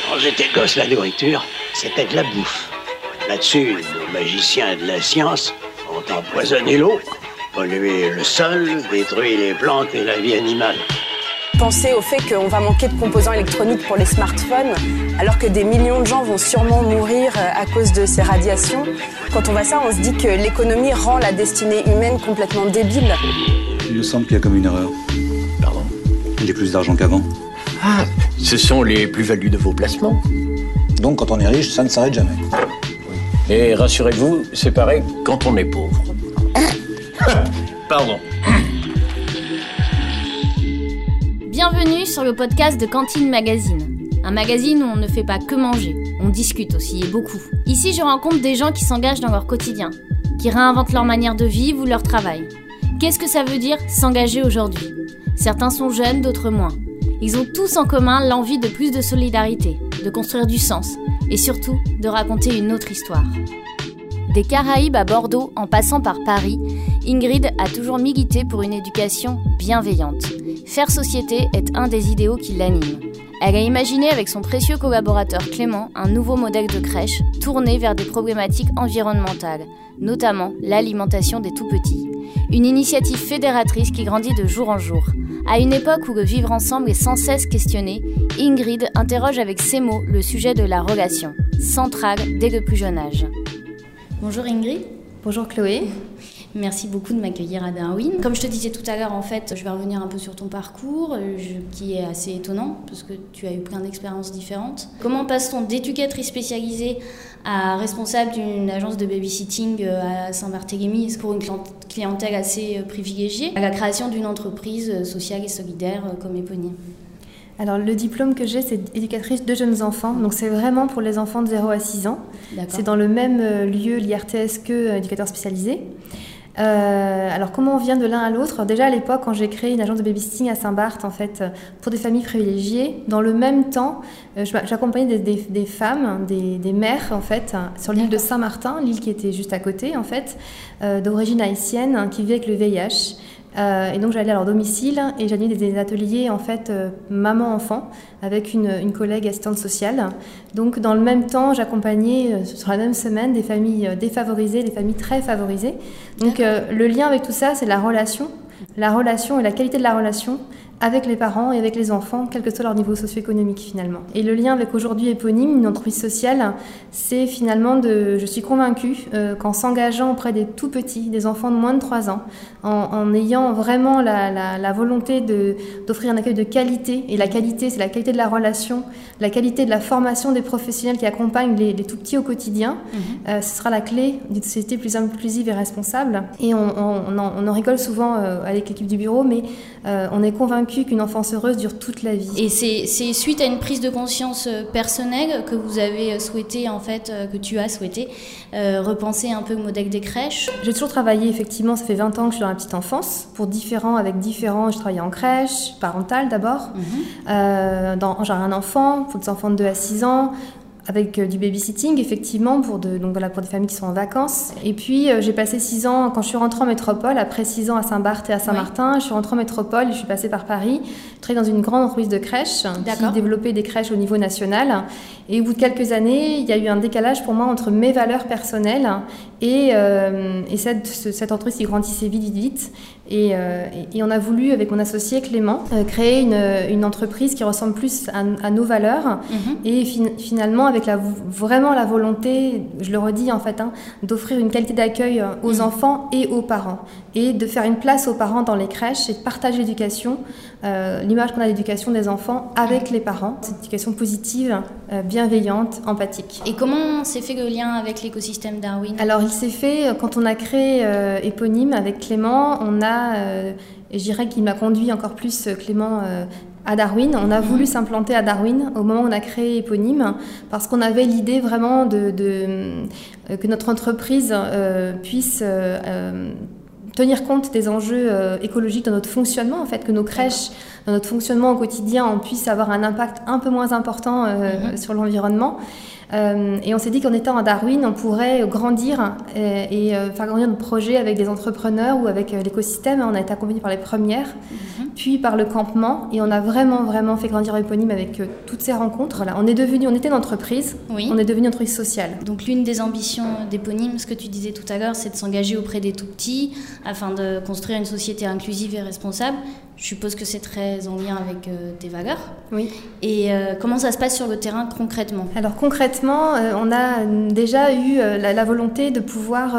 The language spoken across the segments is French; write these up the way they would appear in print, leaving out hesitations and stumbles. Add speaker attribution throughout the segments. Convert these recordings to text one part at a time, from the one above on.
Speaker 1: Quand j'étais gosse, la nourriture, c'était de la bouffe. Là-dessus, nos magiciens de la science ont empoisonné l'eau, pollué le sol, détruit les plantes et la vie animale.
Speaker 2: Penser au fait qu'on va manquer de composants électroniques pour les smartphones, alors que des millions de gens vont sûrement mourir à cause de ces radiations. Quand on voit ça, on se dit que l'économie rend la destinée humaine complètement débile.
Speaker 3: Il me semble qu'il y a comme une erreur.
Speaker 1: Pardon ?
Speaker 3: J'ai plus d'argent qu'avant.
Speaker 1: Ah, ce sont les plus-values de vos placements.
Speaker 3: Donc quand on est riche, ça ne s'arrête jamais.
Speaker 1: Et rassurez-vous, c'est pareil quand on est pauvre. Pardon.
Speaker 4: Bienvenue sur le podcast de Cantine Magazine. Un magazine où on ne fait pas que manger, on discute aussi et beaucoup. Ici, je rencontre des gens qui s'engagent dans leur quotidien, qui réinventent leur manière de vivre ou leur travail. Qu'est-ce que ça veut dire s'engager aujourd'hui ? Certains sont jeunes, d'autres moins. Ils ont tous en commun l'envie de plus de solidarité, de construire du sens et surtout de raconter une autre histoire. Des Caraïbes à Bordeaux en passant par Paris, Ingrid a toujours milité pour une éducation bienveillante. Faire société est un des idéaux qui l'anime. Elle a imaginé avec son précieux collaborateur Clément un nouveau modèle de crèche tourné vers des problématiques environnementales, notamment l'alimentation des tout-petits. Une initiative fédératrice qui grandit de jour en jour. À une époque où le vivre ensemble est sans cesse questionné, Ingrid interroge avec ses mots le sujet de la relation, centrale dès le plus jeune âge. Bonjour Ingrid.
Speaker 5: Bonjour Chloé.
Speaker 4: Merci beaucoup de m'accueillir à Darwin. Comme je te disais tout à l'heure, en fait, je vais revenir un peu sur ton parcours, qui est assez étonnant, parce que tu as eu plein d'expériences différentes. Comment passe-t-on d'éducatrice spécialisée à responsable d'une agence de babysitting à Saint-Barthélemy, pour une clientèle assez privilégiée, à la création d'une entreprise sociale et solidaire comme Éponyme ?
Speaker 5: Alors le diplôme que j'ai, c'est éducatrice de jeunes enfants, donc c'est vraiment pour les enfants de 0 à 6 ans. D'accord. C'est dans le même lieu, l'IRTS, que éducateur spécialisé. Alors comment on vient de l'un à l'autre ? Déjà à l'époque, quand j'ai créé une agence de babysitting à Saint-Barth, en fait, pour des familles privilégiées, dans le même temps, j'accompagnais des femmes, des mères, en fait, sur l'île de Saint-Martin, l'île qui était juste à côté, en fait, d'origine haïtienne, qui vivait avec le VIH. Et donc j'allais à leur domicile et j'animais des ateliers en fait maman-enfant avec une collègue assistante sociale. Donc dans le même temps, j'accompagnais sur la même semaine des familles défavorisées, des familles très favorisées. Donc le lien avec tout ça, c'est la relation et la qualité de la relation avec les parents et avec les enfants, quel que soit leur niveau socio-économique finalement. Et le lien avec aujourd'hui Éponyme, une entreprise sociale, c'est finalement je suis convaincue qu'en s'engageant auprès des tout petits, des enfants de moins de 3 ans, en ayant vraiment la volonté d'offrir un accueil de qualité, et la qualité, c'est la qualité de la relation, la qualité de la formation des professionnels qui accompagnent les tout petits au quotidien, ce sera la clé d'une société plus inclusive et responsable. Et on en rigole souvent avec l'équipe du bureau, mais on est convaincu qu'une enfance heureuse dure toute la vie.
Speaker 4: Et c'est suite à une prise de conscience personnelle que vous avez souhaité, en fait, que tu as souhaité repenser un peu le modèle des crèches.
Speaker 5: J'ai toujours travaillé, effectivement, ça fait 20 ans que je suis dans la petite enfance, avec différents, je travaillais en crèche, parentale d'abord, j'ai un enfant, pour des enfants de 2 à 6 ans, avec du babysitting, effectivement, pour des familles qui sont en vacances. Et puis, j'ai passé 6 ans, quand je suis rentrée en métropole, après 6 ans à Saint-Barth et à Saint-Martin, je suis rentrée en métropole et je suis passée par Paris. Je travaillais dans une grande entreprise de crèches qui développait des crèches au niveau national. Et au bout de quelques années, il y a eu un décalage pour moi entre mes valeurs personnelles et cette entreprise qui grandissait vite. Et on a voulu, avec mon associé Clément, créer une entreprise qui ressemble plus à nos valeurs. Et finalement, avec vraiment la volonté, je le redis en fait, d'offrir une qualité d'accueil aux enfants et aux parents. Et de faire une place aux parents dans les crèches et de partager l'éducation, l'image qu'on a de l'éducation des enfants avec les parents. Cette éducation positive, bienveillante, empathique.
Speaker 4: Et comment s'est fait le lien avec l'écosystème Darwin ?
Speaker 5: Alors il s'est fait, quand on a créé Éponyme avec Clément, et je dirais qu'il m'a conduit encore plus Clément à Darwin. On a voulu s'implanter à Darwin au moment où on a créé Éponyme parce qu'on avait l'idée vraiment que notre entreprise puisse tenir compte des enjeux écologiques dans notre fonctionnement, en fait, que nos crèches dans notre fonctionnement au quotidien, on puisse avoir un impact un peu moins important sur l'environnement. Et on s'est dit qu'en étant à Darwin, on pourrait grandir et faire grandir nos projets avec des entrepreneurs ou avec l'écosystème. On a été accompagnés par les premières, puis par le campement, et on a vraiment fait grandir Éponyme avec toutes ces rencontres. Voilà, on était une entreprise, on est devenu une entreprise sociale.
Speaker 4: Donc l'une des ambitions d'Éponyme, ce que tu disais tout à l'heure, c'est de s'engager auprès des tout-petits afin de construire une société inclusive et responsable. Je suppose que c'est très en lien avec tes valeurs.
Speaker 5: Oui. Et
Speaker 4: comment ça se passe sur le terrain concrètement ?
Speaker 5: Alors concrètement, on a déjà eu la volonté de pouvoir...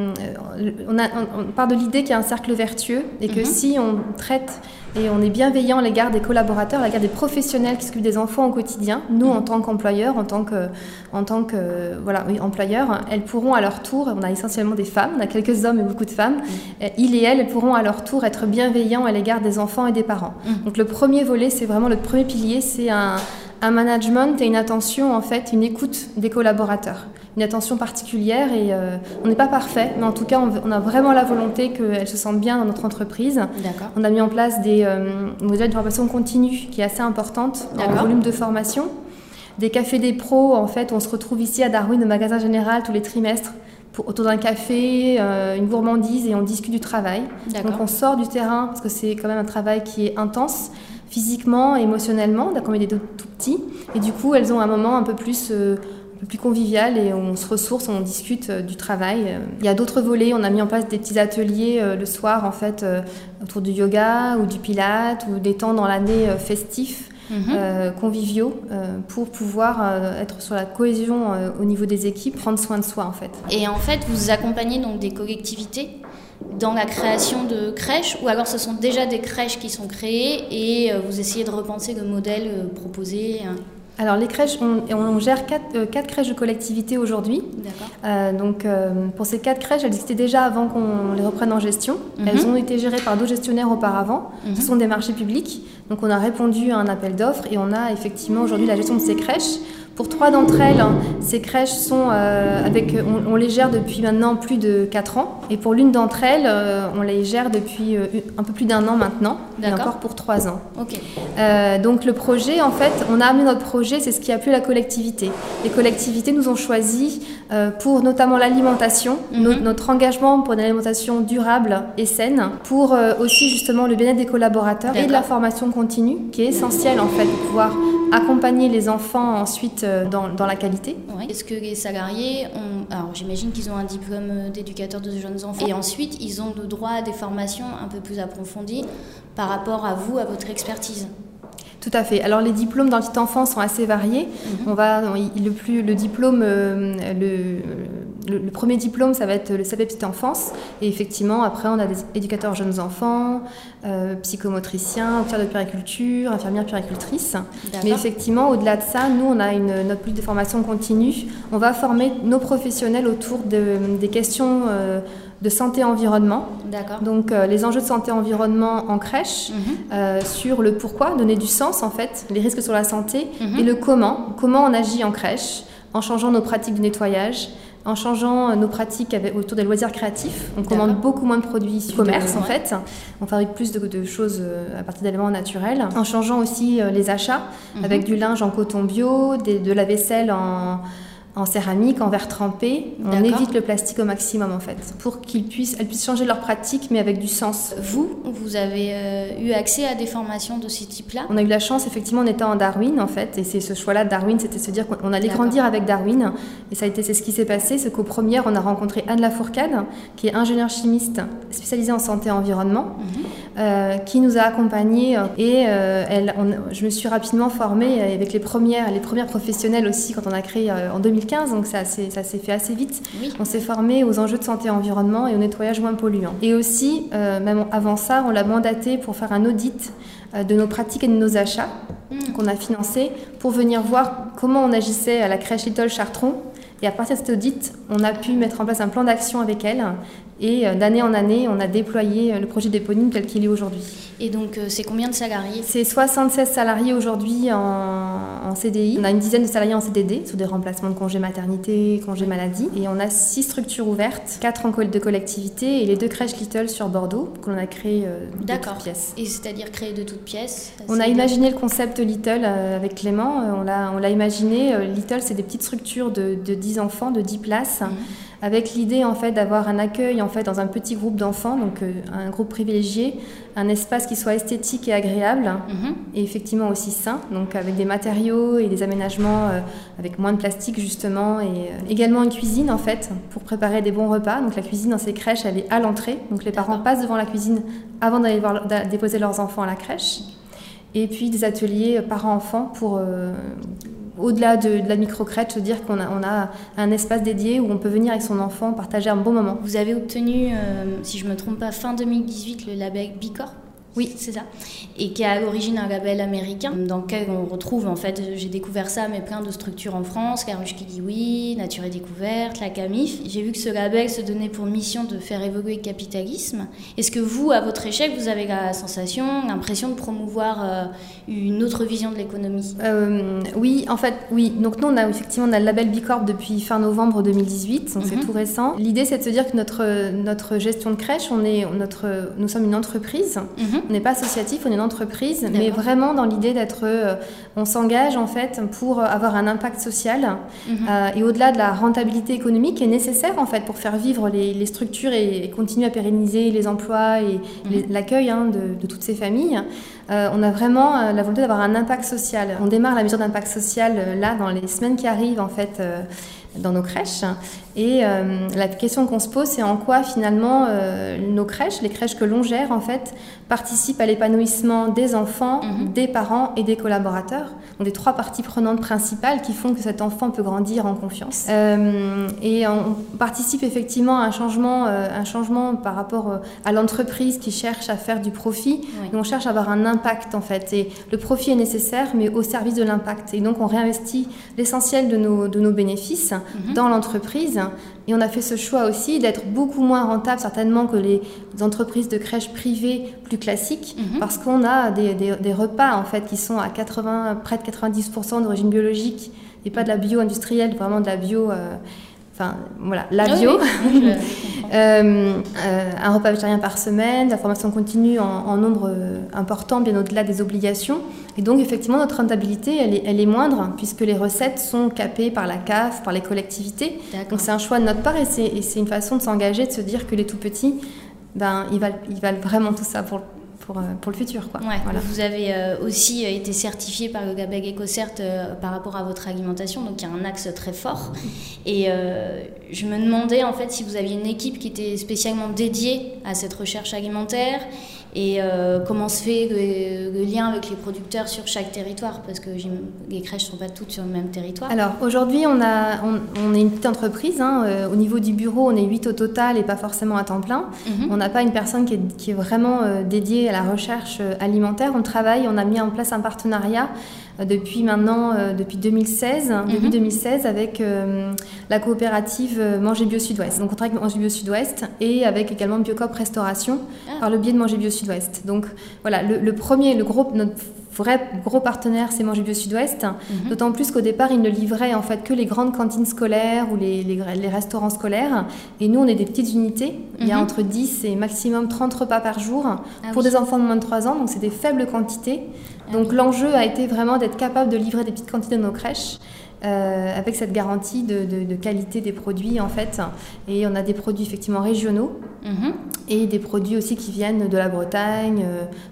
Speaker 5: on part de l'idée qu'il y a un cercle vertueux et que si on traite et on est bienveillant à l'égard des collaborateurs, à l'égard des professionnels qui s'occupent des enfants au quotidien, nous en tant qu'employeurs, en tant que employeurs, elles pourront à leur tour, on a essentiellement des femmes, on a quelques hommes et beaucoup de femmes, ils et elles pourront à leur tour être bienveillants à l'égard des enfants et des parents. Donc le premier volet, c'est vraiment le premier pilier, c'est un management et une attention, en fait, une écoute des collaborateurs. Une attention particulière et on n'est pas parfait, mais en tout cas, on a vraiment la volonté qu'elles se sentent bien dans notre entreprise.
Speaker 4: D'accord.
Speaker 5: On a mis en place des modèles de formation continue qui est assez importante en volume de formation. Des cafés des pros, en fait, on se retrouve ici à Darwin, au magasin général, tous les trimestres, autour d'un café, une gourmandise et on discute du travail.
Speaker 4: D'accord.
Speaker 5: Donc on sort du terrain parce que c'est quand même un travail qui est intense, physiquement, émotionnellement, on a quand même des tout petits. Et du coup, elles ont un moment un peu plus convivial et on se ressource, on discute du travail. Il y a d'autres volets, on a mis en place des petits ateliers le soir en fait autour du yoga ou du pilates ou des temps dans l'année festifs, conviviaux pour pouvoir être sur la cohésion au niveau des équipes, prendre soin de soi en fait.
Speaker 4: Et en fait, vous accompagnez donc des collectivités dans la création de crèches ou alors ce sont déjà des crèches qui sont créées et vous essayez de repenser le modèle proposé
Speaker 5: Alors les crèches, on gère 4 crèches de collectivité aujourd'hui.
Speaker 4: D'accord.
Speaker 5: Donc pour ces 4 crèches, elles existaient déjà avant qu'on les reprenne en gestion. Elles ont été gérées par d'autres gestionnaires auparavant. Ce sont des marchés publics. Donc on a répondu à un appel d'offres et on a effectivement aujourd'hui la gestion de ces crèches. Pour 3 d'entre elles, ces crèches sont on les gère depuis maintenant plus de 4 ans. Et pour l'une d'entre elles, on les gère depuis un peu plus d'1 an maintenant.
Speaker 4: D'accord.
Speaker 5: Et encore pour 3 ans.
Speaker 4: Ok.
Speaker 5: Donc le projet, en fait, on a amené notre projet, c'est ce qui a plu la collectivité. Les collectivités nous ont choisi pour notamment l'alimentation, notre engagement pour une alimentation durable et saine, pour aussi justement le bien-être des collaborateurs et de la formation continue, qui est essentielle en fait pour pouvoir accompagner les enfants ensuite dans la qualité.
Speaker 4: Oui. Est-ce que les salariés ont... Alors j'imagine qu'ils ont un diplôme d'éducateur de jeunes enfants et ensuite ils ont le droit à des formations un peu plus approfondies par rapport à vous, à votre expertise.
Speaker 5: Tout à fait. Alors les diplômes dans la petite enfance sont assez variés. Le premier diplôme, ça va être le CAP petite enfance. Et effectivement, après, on a des éducateurs jeunes enfants, psychomotriciens, auxiliaires de puériculture, infirmières puéricultrices.
Speaker 4: D'accord.
Speaker 5: Mais effectivement, au-delà de ça, nous, on a notre politique de formation continue. On va former nos professionnels autour des questions de santé-environnement.
Speaker 4: D'accord.
Speaker 5: Donc les enjeux de santé-environnement en crèche, sur le pourquoi, donner du sens en fait, les risques sur la santé, et le comment on agit en crèche, en changeant nos pratiques de nettoyage, en changeant nos pratiques autour des loisirs créatifs. On commande beaucoup moins de produits issus du commerce en fait, on fabrique plus de choses à partir d'éléments naturels, en changeant aussi les achats, avec du linge en coton bio, de la vaisselle en céramique, en verre trempé. On évite le plastique au maximum en fait, pour qu'elles puissent changer leur pratique mais avec du sens.
Speaker 4: Vous avez eu accès à des formations de ce type-là ?
Speaker 5: On a eu la chance effectivement en étant en Darwin en fait, et c'est ce choix-là de Darwin, c'était de se dire qu'on allait grandir avec Darwin, et c'est ce qui s'est passé, c'est qu'aux premières on a rencontré Anne Lafourcade, qui est ingénieure chimiste spécialisée en santé et environnement, qui nous a accompagnés et je me suis rapidement formée avec les premières professionnelles aussi quand on a créé en 2015, donc ça s'est fait assez vite. Oui. On s'est formé aux enjeux de santé et environnement et au nettoyage moins polluant. Et aussi, même avant ça, on l'a mandaté pour faire un audit de nos pratiques et de nos achats qu'on a financé pour venir voir comment on agissait à la crèche Little Chartron. Et à partir de cet audit, on a pu mettre en place un plan d'action avec elle Et d'année en année, on a déployé le projet d'éponyme tel qu'il est aujourd'hui.
Speaker 4: Et donc, c'est combien de salariés ?
Speaker 5: C'est 76 salariés aujourd'hui en CDI. On a une dizaine de salariés en CDD, sur des remplacements de congés maternité, congés maladie. Et on a 6 structures ouvertes, 4 en de collectivité et les 2 crèches Little sur Bordeaux, que l'on a créées de toutes pièces.
Speaker 4: Et c'est-à-dire créées de toutes pièces ?
Speaker 5: On a imaginé le concept Little avec Clément. On l'a imaginé. Little, c'est des petites structures de 10 enfants, de 10 places. Avec l'idée en fait d'avoir un accueil en fait dans un petit groupe d'enfants, donc un groupe privilégié, un espace qui soit esthétique et agréable, et effectivement aussi sain, donc avec des matériaux et des aménagements avec moins de plastique justement, et également une cuisine en fait pour préparer des bons repas. Donc la cuisine dans ces crèches, elle est à l'entrée, donc les parents passent devant la cuisine avant d'aller déposer leurs enfants à la crèche, et puis des ateliers parents-enfants pour au-delà de la micro-crèche, se dire qu'on a un espace dédié où on peut venir avec son enfant, partager un bon moment.
Speaker 4: Vous avez obtenu, si je ne me trompe pas, fin 2018, le label Bicorp ?
Speaker 5: Oui,
Speaker 4: c'est ça. Et qui est à l'origine un label américain, dans lequel on retrouve, en fait, j'ai découvert ça, mais plein de structures en France, Caruche qui dit oui, Nature et Découverte, la Camif. J'ai vu que ce label se donnait pour mission de faire évoluer le capitalisme. Est-ce que vous, à votre échelle, vous avez la sensation, l'impression de promouvoir une autre vision de l'économie ?
Speaker 5: Oui, en fait, oui. Donc nous, on a le label Bicorp depuis fin novembre 2018, donc c'est tout récent. L'idée, c'est de se dire que notre gestion de crèche, nous sommes une entreprise. On n'est pas associatif, on est une entreprise, mais vraiment dans l'idée d'être... on s'engage en fait pour avoir un impact social et au-delà de la rentabilité économique qui est nécessaire en fait pour faire vivre les structures et continuer à pérenniser les emplois et l'accueil de toutes ces familles. On a vraiment la volonté d'avoir un impact social. On démarre la mesure d'impact social là dans les semaines qui arrivent en fait dans nos crèches. Et la question qu'on se pose, c'est en quoi finalement nos crèches, les crèches que l'on gère en fait, participent à l'épanouissement des enfants, des parents et des collaborateurs. Donc des 3 parties prenantes principales qui font que cet enfant peut grandir en confiance. Et on participe effectivement à un changement par rapport à l'entreprise qui cherche à faire du profit. Oui. On cherche à avoir un impact en fait. Et le profit est nécessaire, mais au service de l'impact. Et donc on réinvestit l'essentiel de nos bénéfices dans l'entreprise. Et on a fait ce choix aussi d'être beaucoup moins rentable certainement que les entreprises de crèches privées plus classiques, parce qu'on a des repas en fait qui sont à près de 90% d'origine biologique et pas de la bio industrielle, vraiment de la bio. La bio. Oui, un repas végétarien par semaine, la formation continue en nombre important, bien au-delà des obligations. Et donc, effectivement, notre rentabilité, elle est moindre, puisque les recettes sont capées par la CAF, par les collectivités. D'accord. Donc, c'est un choix de notre part et c'est une façon de s'engager, de se dire que les tout-petits, ils valent vraiment tout ça pour le futur, quoi.
Speaker 4: Ouais,
Speaker 5: voilà.
Speaker 4: Vous avez aussi été certifié par le label EcoCert par rapport à votre alimentation, donc il y a un axe très fort. Et je me demandais en fait si vous aviez une équipe qui était spécialement dédiée à cette recherche alimentaire et comment se fait le lien avec les producteurs sur chaque territoire, parce que les crèches ne sont pas toutes sur le même territoire.
Speaker 5: Alors aujourd'hui on est une petite entreprise, au niveau du bureau on est 8 au total et pas forcément à temps plein. On n'a pas une personne qui est vraiment dédiée à la recherche alimentaire. On a mis en place un partenariat depuis 2016, début 2016, avec la coopérative Manger Bio Sud-Ouest. Donc on travaille avec Manger Bio Sud-Ouest et avec également Biocop Restauration par le biais de Manger Bio Sud-Ouest. Donc voilà, notre vrai gros partenaire, c'est Manger Bio Sud-Ouest, d'autant plus qu'au départ, ils ne livraient en fait que les grandes cantines scolaires ou les restaurants scolaires. Et nous, on est des petites unités. Il y a entre 10 et maximum 30 repas par jour pour des enfants de moins de 3 ans, donc c'est des faibles quantités. Donc l'enjeu a été vraiment d'être capable de livrer des petites quantités de nos crèches avec cette garantie de qualité des produits en fait. Et on a des produits effectivement régionaux et des produits aussi qui viennent de la Bretagne,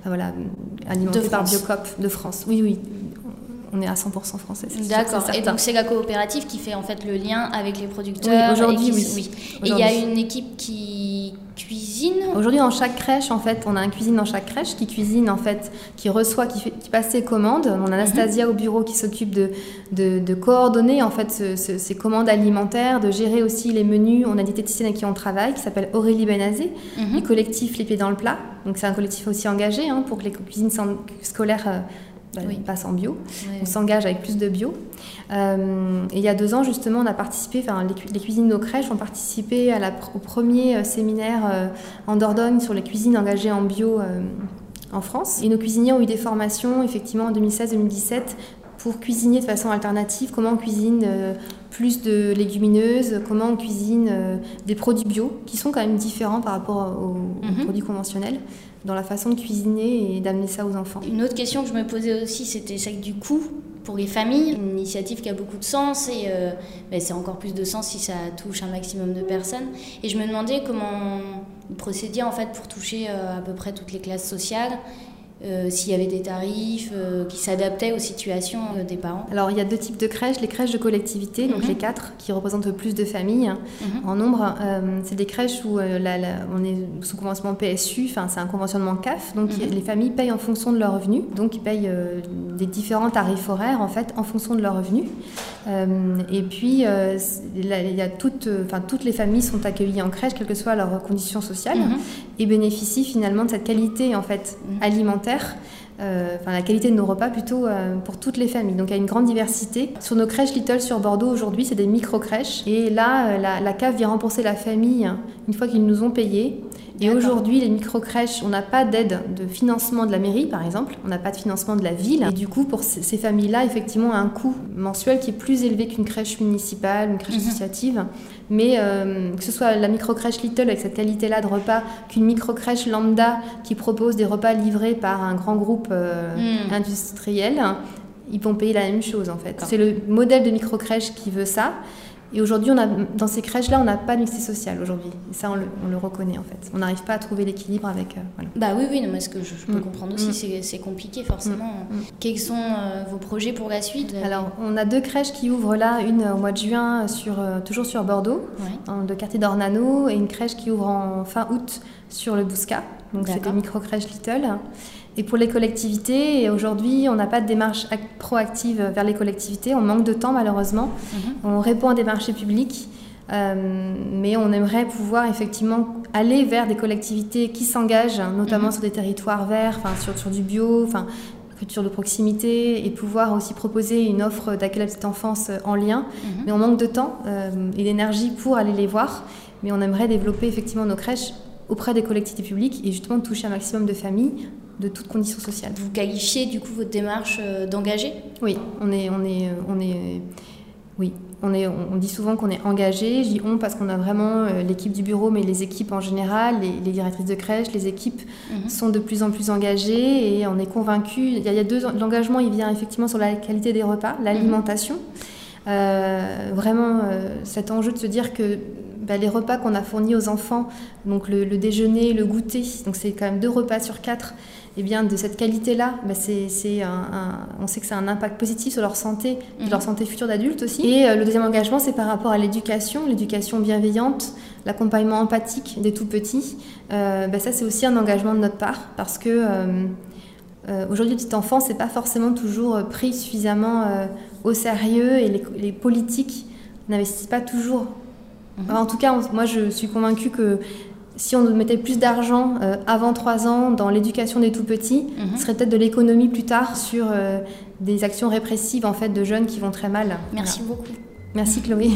Speaker 5: alimentés par Biocop de France. Oui. On est à 100% français.
Speaker 4: D'accord. Et donc c'est la coopérative qui fait en fait le lien avec les producteurs.
Speaker 5: Oui, aujourd'hui, oui.
Speaker 4: Et il y a une équipe qui cuisine.
Speaker 5: Aujourd'hui, dans chaque crèche, en fait, on a un cuisine dans chaque crèche qui cuisine, en fait, qui reçoit, qui passe ses commandes. On a Anastasia au bureau qui s'occupe de coordonner, en fait, ces commandes alimentaires, de gérer aussi les menus. On a des diététiciennes avec qui on travaille, qui s'appelle Aurélie Benazé, du collectif Les Pieds dans le Plat. Donc, c'est un collectif aussi engagé pour que les cuisines scolaires passe en bio. On s'engage avec plus de bio. Et il y a 2 ans, justement, on a participé, les cuisines de nos crèches ont participé au premier séminaire en Dordogne sur les cuisines engagées en bio en France. Et nos cuisiniers ont eu des formations, effectivement, en 2016-2017, pour cuisiner de façon alternative, comment on cuisine plus de légumineuses, comment on cuisine des produits bio, qui sont quand même différents par rapport aux produits conventionnels, dans la façon de cuisiner et d'amener ça aux enfants.
Speaker 4: Une autre question que je me posais aussi, c'était celle du coût pour les familles. Une initiative qui a beaucoup de sens et c'est encore plus de sens si ça touche un maximum de personnes. Et je me demandais comment vous procédiez en fait pour toucher à peu près toutes les classes sociales. S'il y avait des tarifs qui s'adaptaient aux situations des parents.
Speaker 5: Alors il y a 2 types de crèches, les crèches de collectivité, donc les 4 qui représentent le plus de familles en nombre. C'est des crèches où on est sous conventionnement PSU, c'est un conventionnement CAF, donc les familles payent en fonction de leurs revenus, donc ils payent des différents tarifs horaires en fait en fonction de leurs revenus. Et puis il y a toutes les familles sont accueillies en crèche, quelles que soient leurs conditions sociales, et bénéficient finalement de cette qualité en fait alimentaire. La qualité de nos repas plutôt pour toutes les familles. Donc il y a une grande diversité. Sur nos crèches Little sur Bordeaux aujourd'hui, c'est des micro-crèches. Et là, la CAF vient rembourser la famille une fois qu'ils nous ont payé. Et aujourd'hui, les micro-crèches, on n'a pas d'aide de financement de la mairie, par exemple. On n'a pas de financement de la ville. Et du coup, pour ces familles-là, effectivement, un coût mensuel qui est plus élevé qu'une crèche municipale, une crèche associative. Mais que ce soit la micro-crèche Little avec cette qualité-là de repas, qu'une micro-crèche lambda qui propose des repas livrés par un grand groupe industriel, ils vont payer la même chose, en fait. C'est le modèle de micro-crèche qui veut ça. Et aujourd'hui, dans ces crèches-là, on n'a pas de mixité sociale aujourd'hui. Et ça, on le reconnaît en fait. On n'arrive pas à trouver l'équilibre avec...
Speaker 4: Bah oui, non, mais ce que je peux comprendre aussi, c'est compliqué forcément. Quels sont vos projets pour la suite ?
Speaker 5: Alors, on a 2 crèches qui ouvrent là, une au mois de juin, toujours sur Bordeaux, dans le quartier d'Ornano, et une crèche qui ouvre en fin août sur le Bouscat. Donc c'est des micro-crèches Little. Et pour les collectivités, aujourd'hui, on n'a pas de démarche proactive vers les collectivités. On manque de temps, malheureusement. On répond à des marchés publics, mais on aimerait pouvoir effectivement aller vers des collectivités qui s'engagent, notamment sur des territoires verts, sur du bio, culture de proximité, et pouvoir aussi proposer une offre d'accueil à la petite enfance en lien. Mais on manque de temps et d'énergie pour aller les voir. Mais on aimerait développer effectivement nos crèches auprès des collectivités publiques et justement toucher un maximum de familles de toutes conditions sociales.
Speaker 4: Vous qualifiez du coup votre démarche d'engagée ?
Speaker 5: Oui, on dit souvent qu'on est engagé. Je dis on parce qu'on a vraiment l'équipe du bureau, mais les équipes en général, les directrices de crèche, les équipes sont de plus en plus engagées et on est convaincus. Il y a 2 l'engagement, il vient effectivement sur la qualité des repas, l'alimentation. Vraiment cet enjeu de se dire que les repas qu'on a fournis aux enfants, donc le déjeuner, le goûter, donc c'est quand même 2 repas sur 4, et bien de cette qualité-là, on sait que ça a un impact positif sur leur santé, et leur santé future d'adultes aussi. Et le deuxième engagement, c'est par rapport à l'éducation bienveillante, l'accompagnement empathique des tout-petits. Ça, c'est aussi un engagement de notre part, parce que aujourd'hui, le petit enfant, c'est pas forcément toujours pris suffisamment au sérieux, et les politiques n'investissent pas toujours. En tout cas, moi, je suis convaincue que si on mettait plus d'argent avant 3 ans dans l'éducation des tout-petits, ce serait peut-être de l'économie plus tard sur des actions répressives en fait, de jeunes qui vont très mal.
Speaker 4: Merci beaucoup.
Speaker 5: Merci Chloé.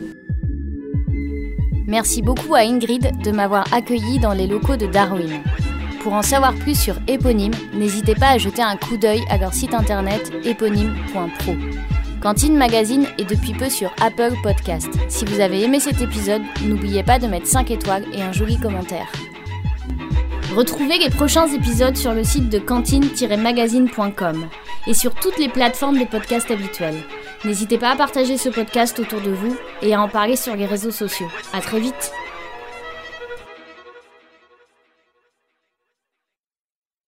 Speaker 4: Merci beaucoup à Ingrid de m'avoir accueillie dans les locaux de Darwin. Pour en savoir plus sur Éponyme, n'hésitez pas à jeter un coup d'œil à leur site internet éponyme.pro. Cantine Magazine est depuis peu sur Apple Podcast. Si vous avez aimé cet épisode, n'oubliez pas de mettre 5 étoiles et un joli commentaire. Retrouvez les prochains épisodes sur le site de cantine-magazine.com et sur toutes les plateformes de podcast habituelles. N'hésitez pas à partager ce podcast autour de vous et à en parler sur les réseaux sociaux. À très vite!